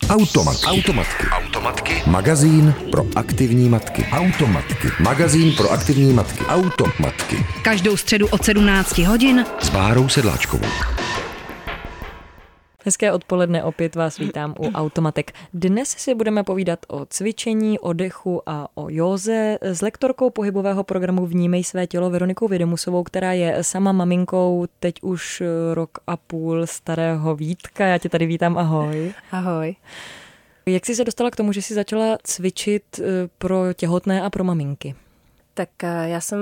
Automatky. Magazín pro aktivní matky. Magazín pro aktivní matky. Automatky. Každou středu od 17 hodin S Bárou Sedláčkovou. Hezké odpoledne, opět vás vítám u Automatek. Dnes si budeme povídat o cvičení, o dechu a o józe s lektorkou pohybového programu Vnímej své tělo Veronikou Vědomusovou, která je sama maminkou teď už 1,5 roku starého Vítka. Já tě tady vítám, ahoj. Ahoj. Jak jsi se dostala k tomu, že jsi začala cvičit pro těhotné a pro maminky? Tak já jsem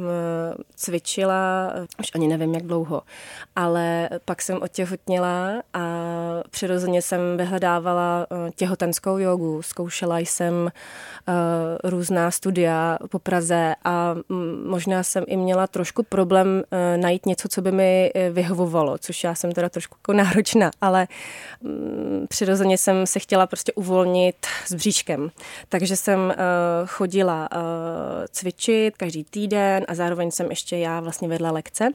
cvičila, už ani nevím, jak dlouho, ale pak jsem otěhotněla a přirozeně jsem vyhledávala těhotenskou jógu. Zkoušela jsem různá studia po Praze a možná jsem i měla trošku problém najít něco, co by mi vyhovovalo, což já jsem teda trošku jako náročná, ale přirozeně jsem se chtěla prostě uvolnit s bříškem. Takže jsem chodila cvičit každý týden a zároveň jsem ještě já vlastně vedla lekce.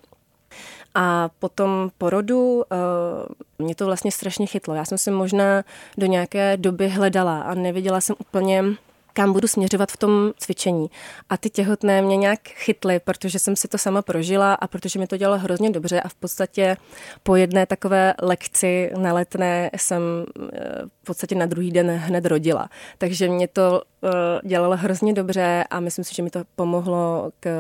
A potom porodu mě to vlastně strašně chytlo. Já jsem si možná do nějaké doby hledala a nevěděla jsem úplně, kam budu směřovat v tom cvičení. A ty těhotné mě nějak chytly, protože jsem si to sama prožila a protože mi to dělalo hrozně dobře a v podstatě po jedné takové lekci na Letné jsem v podstatě na druhý den hned rodila. Takže mě to dělalo hrozně dobře a myslím si, že mi to pomohlo k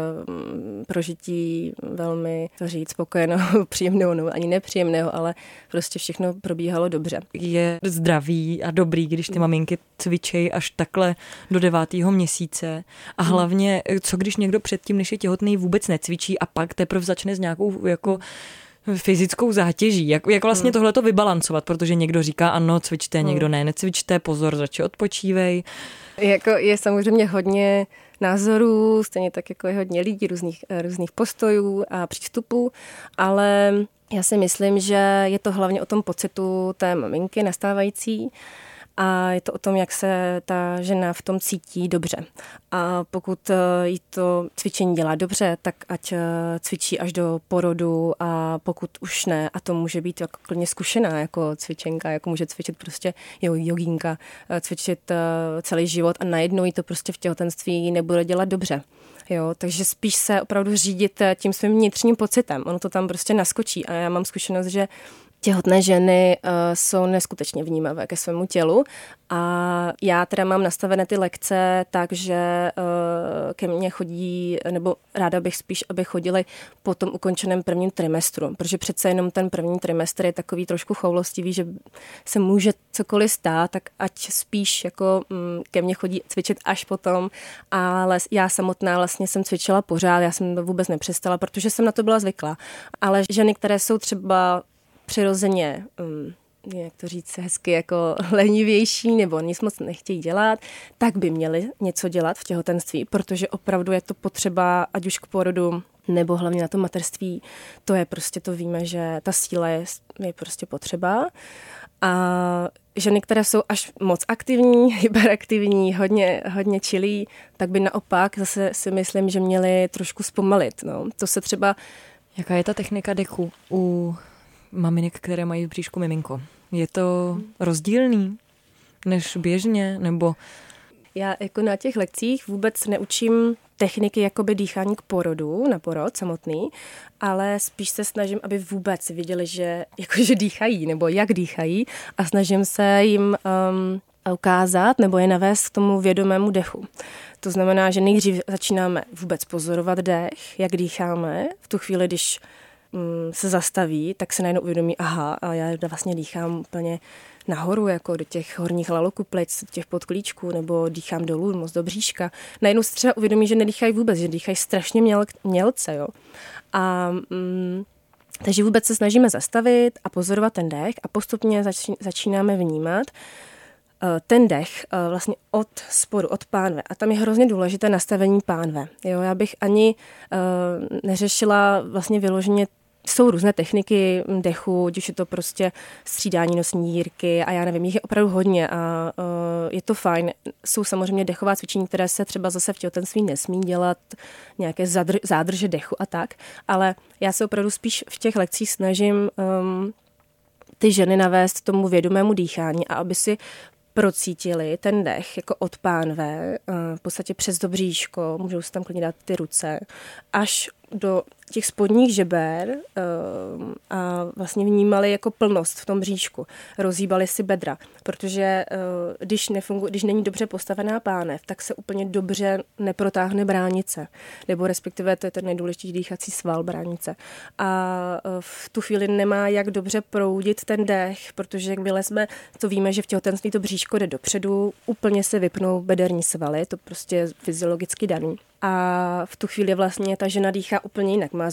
prožití velmi, to říct, spokojeného, příjemného, no ani nepříjemného, ale prostě všechno probíhalo dobře. Je zdravý a dobrý, když ty maminky cvičejí až takhle do 9. měsíce a hlavně, co když někdo předtím, než je těhotný, vůbec necvičí a pak teprve začne s nějakou jako fyzickou zátěží. Jak vlastně tohleto vybalancovat, protože někdo říká ano, cvičte, někdo ne, necvičte, pozor, radši odpočívej. Jako je samozřejmě hodně názorů, stejně tak jako je hodně lidí, různých postojů a přístupů, ale já si myslím, že je to hlavně o tom pocitu té maminky nastávající a je to o tom, jak se ta žena v tom cítí dobře. A pokud jí to cvičení dělá dobře, tak ať cvičí až do porodu a pokud už ne, a to může být jako klidně zkušená jako cvičenka, jako může cvičit prostě jogínka, cvičit celý život a najednou jí to prostě v těhotenství nebude dělat dobře. Jo, takže spíš se opravdu řídit tím svým vnitřním pocitem. Ono to tam prostě naskočí a já mám zkušenost, že těhotné ženy jsou neskutečně vnímavé ke svému tělu a já teda mám nastavené ty lekce tak, že ke mně chodí, nebo ráda bych spíš, aby chodili po tom ukončeném prvním trimestru, protože přece jenom ten první trimestr je takový trošku choulostivý, že se může cokoliv stát, tak ať spíš jako ke mně chodí cvičit až potom, ale já samotná vlastně jsem cvičila pořád, já jsem to vůbec nepřestala, protože jsem na to byla zvyklá, ale ženy, které jsou třeba přirozeně, jak to říct hezky, jako lenivější nebo nic moc nechtějí dělat, tak by měly něco dělat v těhotenství, protože opravdu je to potřeba, ať už k porodu nebo hlavně na to mateřství, to je prostě, to víme, že ta síla je prostě potřeba. A ženy, které jsou až moc aktivní, hyperaktivní, hodně čilí, tak by naopak zase si myslím, že měly trošku zpomalit. No. To se třeba... Jaká je ta technika dechu u maminek, které mají v bříšku miminko? Je to rozdílný než běžně, nebo? Já jako na těch lekcích vůbec neučím techniky jakoby dýchání k porodu, na porod samotný, ale spíš se snažím, aby vůbec viděli, že jakože dýchají, nebo jak dýchají a snažím se jim ukázat nebo je navést k tomu vědomému dechu. To znamená, že nejdřív začínáme vůbec pozorovat dech, jak dýcháme. V tu chvíli, když se zastaví, tak se najednou uvědomí, aha, a já vlastně dýchám úplně nahoru, jako do těch horních laloků plic, do těch podklíčků, nebo dýchám dolů, moc do bříška. Najednou se třeba uvědomí, že nedýchají vůbec, že dýchají strašně mělce, jo. A takže vůbec se snažíme zastavit a pozorovat ten dech a postupně začínáme vnímat ten dech vlastně od spodu, od pánve. A tam je hrozně důležité nastavení pánve. Jo, já bych ani neřešila vlastně vyloženě. Jsou různé techniky dechu, když je to prostě střídání nosní dírky a já nevím, jich je opravdu hodně a je to fajn. Jsou samozřejmě dechová cvičení, které se třeba zase v těhotenství nesmí dělat, nějaké zádrže dechu a tak, ale já se opravdu spíš v těch lekcích snažím ty ženy navést tomu vědomému dýchání a aby si procítili ten dech jako od pánve, v podstatě přes to bříško, můžou si tam klidně dát ty ruce, až do těch spodních žeber a vlastně vnímali jako plnost v tom bříšku. Rozhýbali si bedra, protože když není dobře postavená pánev, tak se úplně dobře neprotáhne bránice, nebo respektive to je ten nejdůležitější dýchací sval bránice. A v tu chvíli nemá jak dobře proudit ten dech, protože jakmile to víme, že v těhotenství to bříško jde dopředu, úplně se vypnou bederní svaly, to prostě je fyziologicky daný. A v tu chvíli vlastně ta žena dýchá úplně jinak, má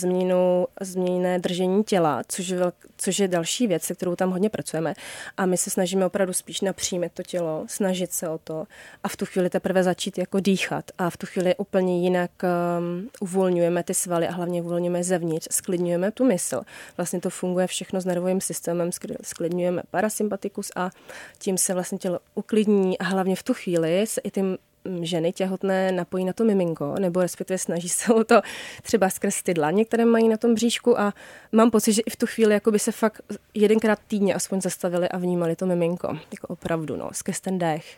změněné držení těla, což je další věc, se kterou tam hodně pracujeme. A my se snažíme opravdu spíš napřímit to tělo, snažit se o to a v tu chvíli teprve začít jako dýchat. A v tu chvíli úplně jinak uvolňujeme ty svaly a hlavně uvolňujeme zevnitř, sklidňujeme tu mysl. Vlastně to funguje všechno s nervovým systémem, sklidňujeme parasympatikus a tím se vlastně tělo uklidní a hlavně v tu chvíli se i tím ženy těhotné napojí na to miminko, nebo respektive snaží se o to třeba skrz ty dlaně, které mají na tom bříšku a mám pocit, že i v tu chvíli jako by se fakt jedenkrát týdně aspoň zastavili a vnímali to miminko. Jako opravdu, skrz ten dech.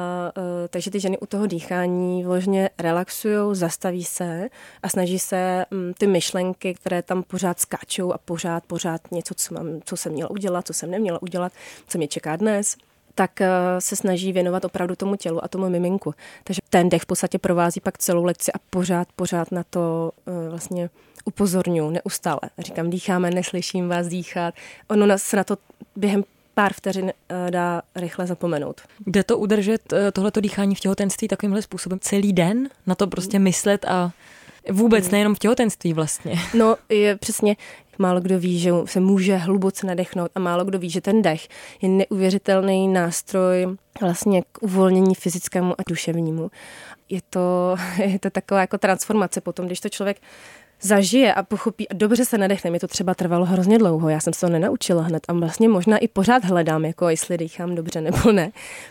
Takže ty ženy u toho dýchání vložně relaxujou, zastaví se a snaží se ty myšlenky, které tam pořád skáčou a pořád něco, co jsem měla udělat, co jsem neměla udělat, co mě čeká dnes, tak se snaží věnovat opravdu tomu tělu a tomu miminku. Takže ten dech v podstatě provází pak celou lekci a pořád na to vlastně upozorňuji neustále. Říkám, dýcháme, neslyším vás dýchat. Ono se na to během pár vteřin dá rychle zapomenout. Jde to udržet tohleto dýchání v těhotenství takovýmhle způsobem celý den? Na to prostě myslet a vůbec nejenom v těhotenství vlastně. No, je přesně. Málo kdo ví, že se může hluboce nadechnout a málo kdo ví, že ten dech je neuvěřitelný nástroj vlastně k uvolnění fyzickému a duševnímu. Je to taková jako transformace potom, když to člověk zažije a pochopí a dobře se nadechne. Mě to třeba trvalo hrozně dlouho, já jsem se to nenaučila hned a vlastně možná i pořád hledám, jako jestli dýchám dobře nebo ne.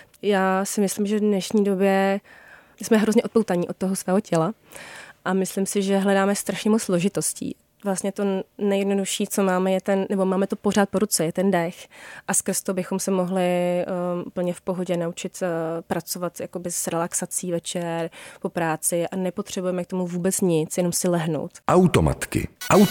Já si myslím, že v dnešní době jsme hrozně odpoutaní od toho svého těla a myslím si, že hledáme strašně moc složitostí. Vlastně to nejjednodušší, co máme, nebo máme to pořád po ruce, je ten dech. A skrz to bychom se mohli úplně v pohodě naučit pracovat jakoby s relaxací večer po práci a nepotřebujeme k tomu vůbec nic, jenom si lehnout. Automatky.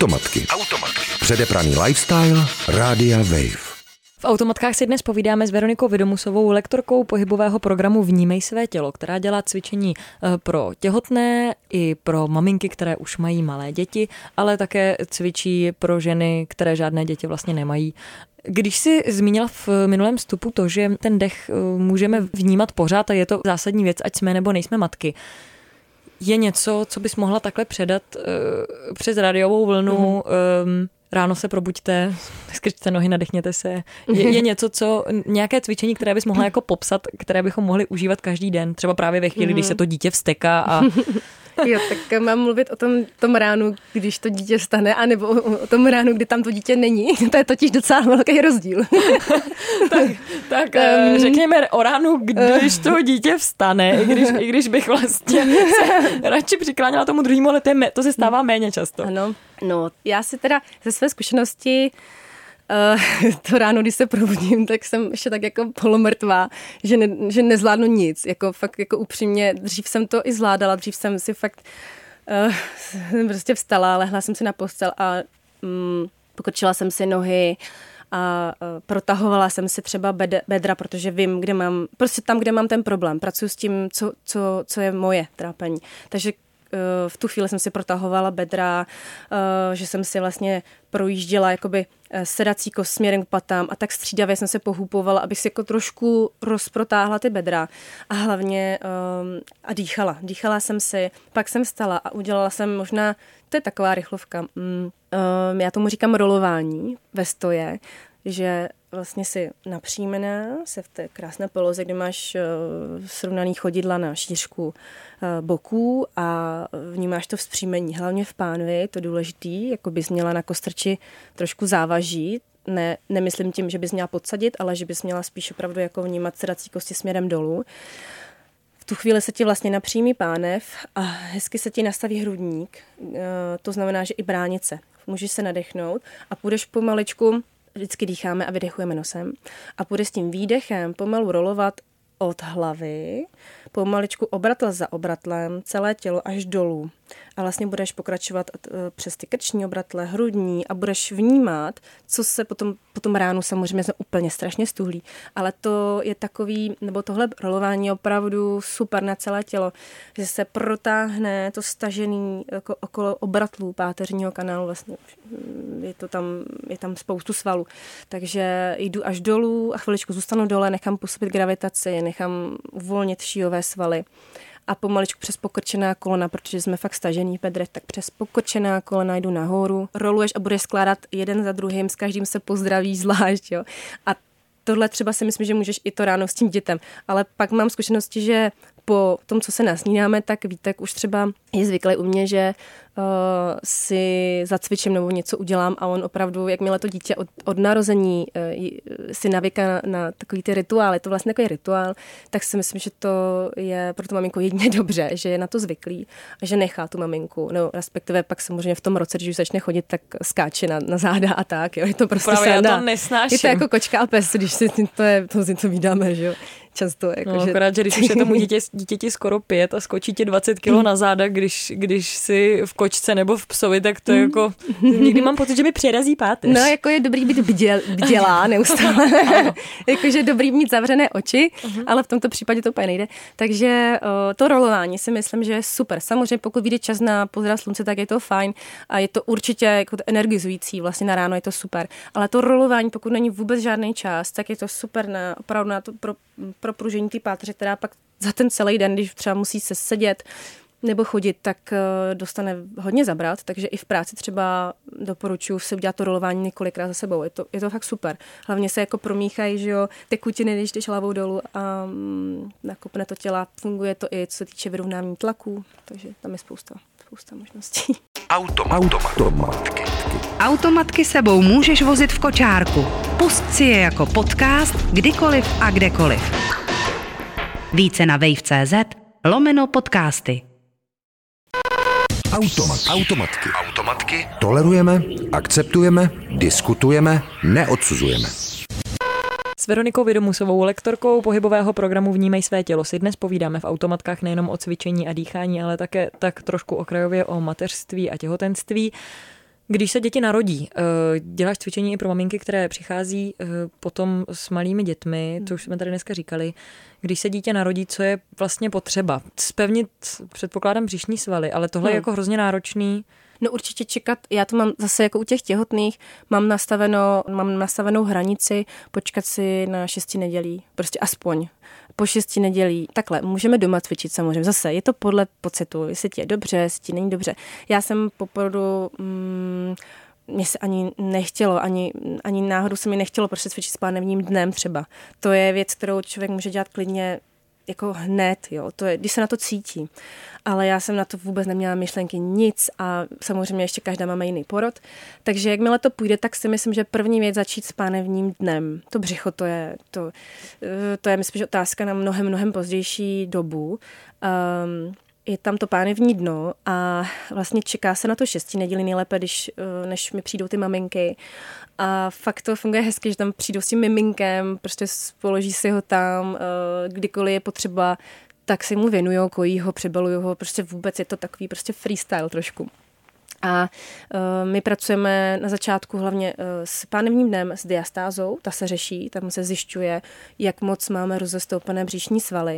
Předepraný lifestyle Rádia Wave. V Automatkách si dnes povídáme s Veronikou Vidomusovou, lektorkou pohybového programu Vnímej své tělo, která dělá cvičení pro těhotné i pro maminky, které už mají malé děti, ale také cvičí pro ženy, které žádné děti vlastně nemají. Když jsi zmínila v minulém vstupu to, že ten dech můžeme vnímat pořád a je to zásadní věc, ať jsme nebo nejsme matky, je něco, co bys mohla takhle předat přes rádiovou vlnu? Ráno se probuďte, skřičte nohy, nadechněte se. Je něco, nějaké cvičení, které bys mohla jako popsat, které bychom mohli užívat každý den, třeba právě ve chvíli, když se to dítě vzteká a... Jo, tak mám mluvit o tom ránu, když to dítě vstane, anebo o tom ránu, kdy tam to dítě není. To je totiž docela velký rozdíl. tak řekněme o ránu, když to dítě vstane, i když bych vlastně se radši přiklánila tomu druhému, ale to se stává méně často. Ano, no já si teda ze své zkušenosti to ráno, když se probudím, tak jsem ještě tak jako polomrtvá, že nezvládnu nic. Jako fakt jako upřímně, dřív jsem to i zvládala, dřív jsem si fakt prostě vstala, lehla jsem si na postel a pokrčila jsem si nohy a protahovala jsem si třeba bedra, protože vím, kde mám, prostě tam, kde mám ten problém. Pracuji s tím, co je moje trápení. Takže v tu chvíli jsem si protahovala bedra, že jsem si vlastně projížděla jakoby sedací kost směrem k patám a tak střídavě jsem se pohupovala, abych si jako trošku rozprotáhla ty bedra a hlavně a dýchala. Dýchala jsem si, pak jsem vstala a udělala jsem možná, to je taková rychlovka, já tomu říkám rolování ve stoje, že vlastně si napřímená se v té krásné poloze, kde máš srovnaný chodidla na šířku boků a vnímáš to vzpřímení. Hlavně v pánvi, to důležitý, jako bys měla na kostrči trošku závaží. Nemyslím tím, že bys měla podsadit, ale že bys měla spíš opravdu jako vnímat sedací kosti směrem dolů. V tu chvíli se ti vlastně napřímí pánev a hezky se ti nastaví hrudník. To znamená, že i bránice. Můžeš se nadechnout a půjdeš pomaličku vždycky dýcháme a vydechujeme nosem a bude s tím výdechem pomalu rolovat od hlavy, pomaličku obratel za obratlem, celé tělo až dolů. A vlastně budeš pokračovat přes ty krční obratle, hrudní a budeš vnímat, co se potom ránu samozřejmě jsme úplně strašně stuhlí. Ale to je takový, nebo tohle rolování je opravdu super na celé tělo, že se protáhne to stažený jako okolo obratlů páteřního kanálu, vlastně je tam spoustu svalů. Takže jdu až dolů a chviličku zůstanu dole, nechám působit gravitaci, nechám uvolnit šíjové svaly. A pomaličku přes pokrčená kolena, protože jsme fakt stažený v bedrech, tak přes pokrčená kolena jdu nahoru. Roluješ a budeš skládat jeden za druhým, s každým se pozdraví zvlášť, jo. A tohle třeba si myslím, že můžeš i to ráno s tím dětem. Ale pak mám zkušenosti, že po tom, co se nasnídáme, tak Vítek už třeba je zvyklý u mě, že si zacvičím nebo něco udělám a on opravdu, jakmile to dítě od narození si navyká na takový ty rituály, je to vlastně takový rituál, tak si myslím, že to je pro tu maminku jedině dobře, že je na to zvyklý a že nechá tu maminku, no respektive pak samozřejmě v tom roce, když už začne chodit, tak skáče na záda a tak, jo, je to prostě právě já to nesnáším. Je to jako kočka a pes, když si to vydáme, že jo. Často. Jako, no, akorát, že když už je tomu dítěti skoro 5 a skočí ti 20 kilo na záda, když si v kočce nebo v psovi, tak to je jako... Někdy mám pocit, že mi přerazí páteř. No, jako je dobrý být bdělá neustále. Jakože dobrý mít zavřené oči, ale v tomto případě to úplně nejde. Takže to rolování si myslím, že je super. Samozřejmě pokud vyjde čas na pozdrav slunce, tak je to fajn a je to určitě jako energizující, vlastně na ráno je to super. Ale to rolování, pokud není vůbec žádný čas, tak je to super opravdu na to pro pružení té páteře, která pak za ten celý den, když třeba musí se sedět nebo chodit, tak dostane hodně zabrat, takže i v práci třeba doporučuji si udělat to rolování několikrát za sebou. Je to fakt super. Hlavně se jako promíchají, že jo, tekutiny, když jdeš hlavou dolů a nakopne to těla. Funguje to i co se týče vyrovnání tlaků, takže tam je spousta možností. Automatky. Automatky sebou můžeš vozit v kočárku. Pust si je jako podcast kdykoliv a kdekoliv. Více na wave.cz/podcasty. Automatky. Tolerujeme, akceptujeme, diskutujeme, neodsuzujeme. S Veronikou Vědomusovou, lektorkou pohybového programu Vnímej své tělo, si dnes povídáme v automatkách nejenom o cvičení a dýchání, ale také tak trošku okrajově o mateřství a těhotenství. Když se děti narodí, děláš cvičení i pro maminky, které přichází potom s malými dětmi, to už jsme tady dneska říkali. Když se dítě narodí, co je vlastně potřeba? Zpevnit, předpokládám, břišní svaly, ale tohle je jako hrozně náročný. No určitě čekat, já to mám zase jako u těch těhotných, mám nastavenou hranici počkat si na 6 nedělí, prostě aspoň po 6 nedělí. Takhle, můžeme doma cvičit samozřejmě, zase je to podle pocitu, jestli ti je dobře, jestli ti není dobře. Já jsem po porodu, mně se ani nechtělo, ani náhodou se mi nechtělo prostě cvičit s pánevním dnem třeba. To je věc, kterou člověk může dělat klidně jako hned, jo, to je, když se na to cítí. Ale já jsem na to vůbec neměla myšlenky nic a samozřejmě ještě každá máme jiný porod. Takže jakmile to půjde, tak si myslím, že první věc začít s pánevním dnem. To břicho, to je myslím, že otázka na mnohem pozdější dobu. Je tam to pánevní dno a vlastně čeká se na to 6 nedělí nejlépe, než mi přijdou ty maminky. A fakt to funguje hezky, že tam přijdou s tím miminkem, prostě položí si ho tam, kdykoliv je potřeba, tak si mu věnujou, kojí ho, přebalují ho, prostě vůbec je to takový prostě freestyle trošku. A my pracujeme na začátku hlavně s pánevním dnem, s diastázou, ta se řeší, tam se zjišťuje, jak moc máme rozestoupené břišní svaly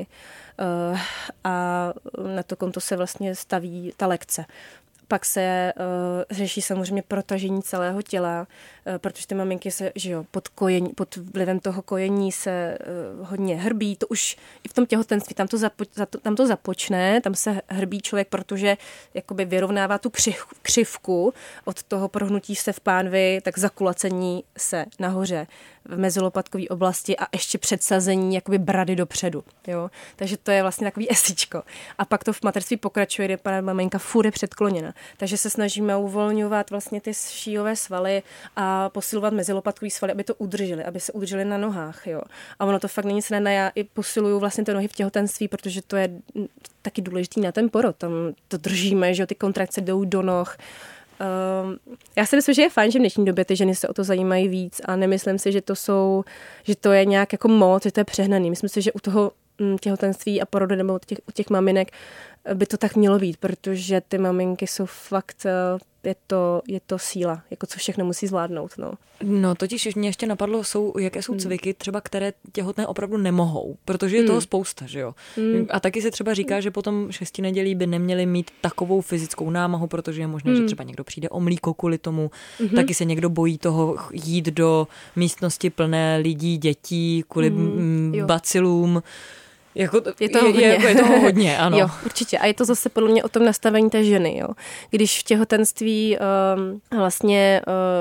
a na to konto se vlastně staví ta lekce. Pak se řeší samozřejmě protažení celého těla, protože ty maminky se, že jo, pod vlivem toho kojení se hodně hrbí. To už i v tom těhotenství, tam to započne, tam se hrbí člověk, protože jakoby vyrovnává tu křivku od toho prohnutí se v pánvi, tak zakulacení se nahoře v mezolopatkové oblasti a ještě předsazení jakoby brady dopředu. Jo? Takže to je vlastně takový esíčko. A pak to v mateřství pokračuje, kde pana maminka furt je předkloněna. Takže se snažíme uvolňovat vlastně ty šíjové svaly a posilovat mezilopatkové svaly, aby to udrželi, aby se udrželi na nohách. Jo? A ono to fakt není snadné. Já i posiluju vlastně ty nohy v těhotenství, protože to je taky důležitý na ten porod. Tam to držíme, že ty kontrakce jdou do noh Já si myslím, že je fajn, že v dnešní době ty ženy se o to zajímají víc a nemyslím si, že to je nějak jako moc, že to je přehnaný. Myslím si, že u toho těhotenství a porody nebo u těch maminek by to tak mělo být, protože ty maminky jsou fakt, je to síla, jako co všechno musí zvládnout. No totiž mě ještě napadlo, jaké jsou cviky třeba, které těhotné opravdu nemohou, protože je toho spousta, že jo. A taky se třeba říká, že potom 6 nedělí by neměli mít takovou fyzickou námahu, protože je možné, že třeba někdo přijde o mlíko kvůli tomu, taky se někdo bojí toho jít do místnosti plné lidí, dětí, kvůli bacilům. Je toho hodně, ano. Jo, určitě. A je to zase podle mě o tom nastavení té ženy, jo. Když v těhotenství vlastně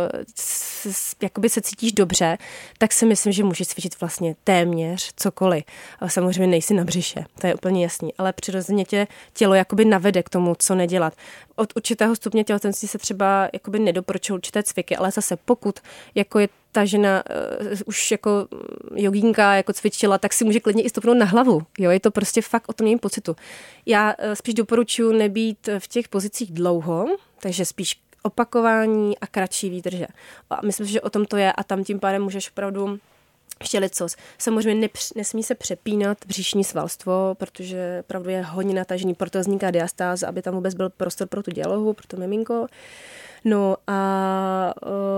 jakoby se cítíš dobře, tak si myslím, že můžeš cvičit vlastně téměř cokoliv. Ale samozřejmě nejsi na břiše, to je úplně jasný. Ale přirozeně tě tělo jakoby navede k tomu, co nedělat. Od určitého stupně těhotenství se třeba jakoby nedoporučují určité cviky, ale zase pokud jako je ta žena už jako jogínka jako cvičila, tak si může klidně i stopnout na hlavu. Jo, je to prostě fakt o tom jejím pocitu. Já spíš doporučuji nebýt v těch pozicích dlouho, takže spíš opakování a kratší výdrže. A myslím, že o tom to je a tam tím pádem můžeš opravdu ještě licos. Samozřejmě nesmí se přepínat břišní svalstvo, protože opravdu je hodně natažený, proto vzniká diastáza, aby tam vůbec byl prostor pro tu dělohu, pro to miminko. No a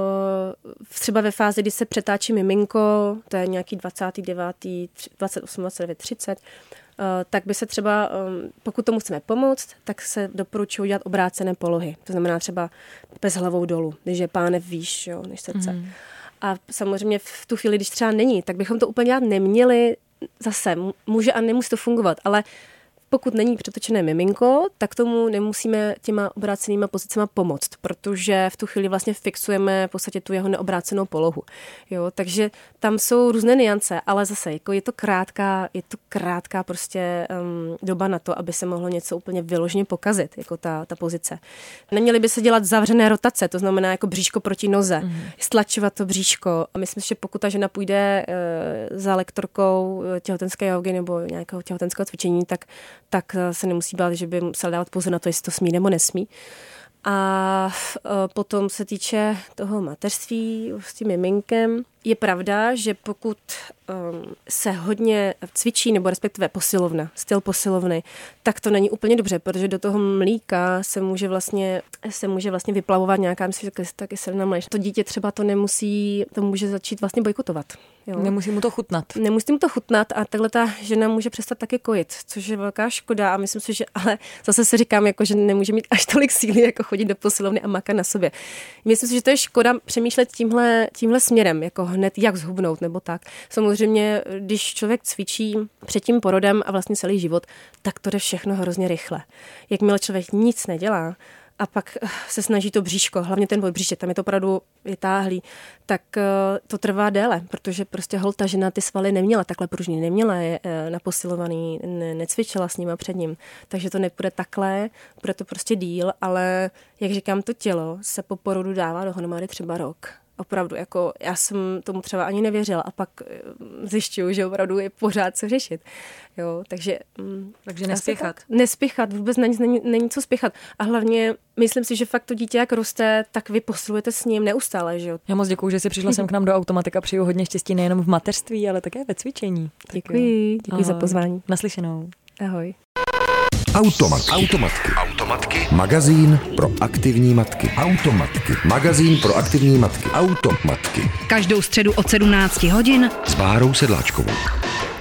třeba ve fázi, kdy se přetáčí miminko, to je nějaký 29., 28, 29, 30, tak by se třeba, pokud tomu chceme pomoct, tak se doporučují dělat obrácené polohy. To znamená třeba bez hlavou dolů, když je pánev výš, jo, než srdce. A samozřejmě v tu chvíli, když třeba není, tak bychom to úplně dělat neměli. Zase může a nemusí to fungovat, ale pokud není přetočené miminko, tak tomu nemusíme těma obrácenýma pozicema pomoct, protože v tu chvíli vlastně fixujeme v podstatě tu jeho neobrácenou polohu. Jo, takže tam jsou různé nuance, ale zase jako je to krátká prostě doba na to, aby se mohlo něco úplně vyloženě pokazit, jako ta pozice. Neměly by se dělat zavřené rotace, to znamená jako bříško proti noze, stlačovat to bříško. A myslím, že pokud ta žena půjde za lektorkou těhotenské jógy nebo nějakého těhotenského cvičení, tak se nemusí bát, že by musela dávat pozor na to, jestli to smí nebo nesmí. A potom se týče toho mateřství s tím miminkem, je pravda, že pokud se hodně cvičí, nebo respektive styl posilovny, tak to není úplně dobře, protože do toho mlíka se může vlastně vyplavovat nějaká, myslím, že taky kyselina mléčná. To dítě třeba to může začít vlastně bojkotovat. Jo. Nemusí mu to chutnat. Nemusí mu to chutnat a takhle ta žena může přestat taky kojit, což je velká škoda a myslím si, že ale zase si říkám, jako, že nemůže mít až tolik síly, jako chodit do posilovny a makat na sobě. Myslím si, že to je škoda přemýšlet tímhle směrem, jako hned jak zhubnout nebo tak. Samozřejmě, když člověk cvičí před tím porodem a vlastně celý život, tak to jde všechno hrozně rychle. Jakmile člověk nic nedělá a pak se snaží to bříško, hlavně ten podbříště, tam je to opravdu vytáhlý, tak to trvá déle, protože prostě ta žena ty svaly neměla, takhle pružný neměla, je naposilovaný, necvičila s nima před ním, takže to nepůjde takhle, bude to prostě díl, ale jak říkám, to tělo se po porodu dává dohromady třeba rok. Opravdu, jako já jsem tomu třeba ani nevěřila a pak zjišťuju, že opravdu je pořád co řešit. Jo, takže nespěchat. Nespěchat, vůbec není co spěchat. A hlavně myslím si, že fakt to dítě, jak roste, tak vy posilujete s ním neustále, že jo. Já moc děkuju, že jsi přišla sem k nám do Automatika. Přeju hodně štěstí nejenom v mateřství, ale také ve cvičení. Děkuji za pozvání. Naslyšenou. Ahoj. Automatky. Magazín pro aktivní matky. Magazín pro aktivní matky. Automatky. Každou středu od 17 hodin s Bárou Sedláčkovou.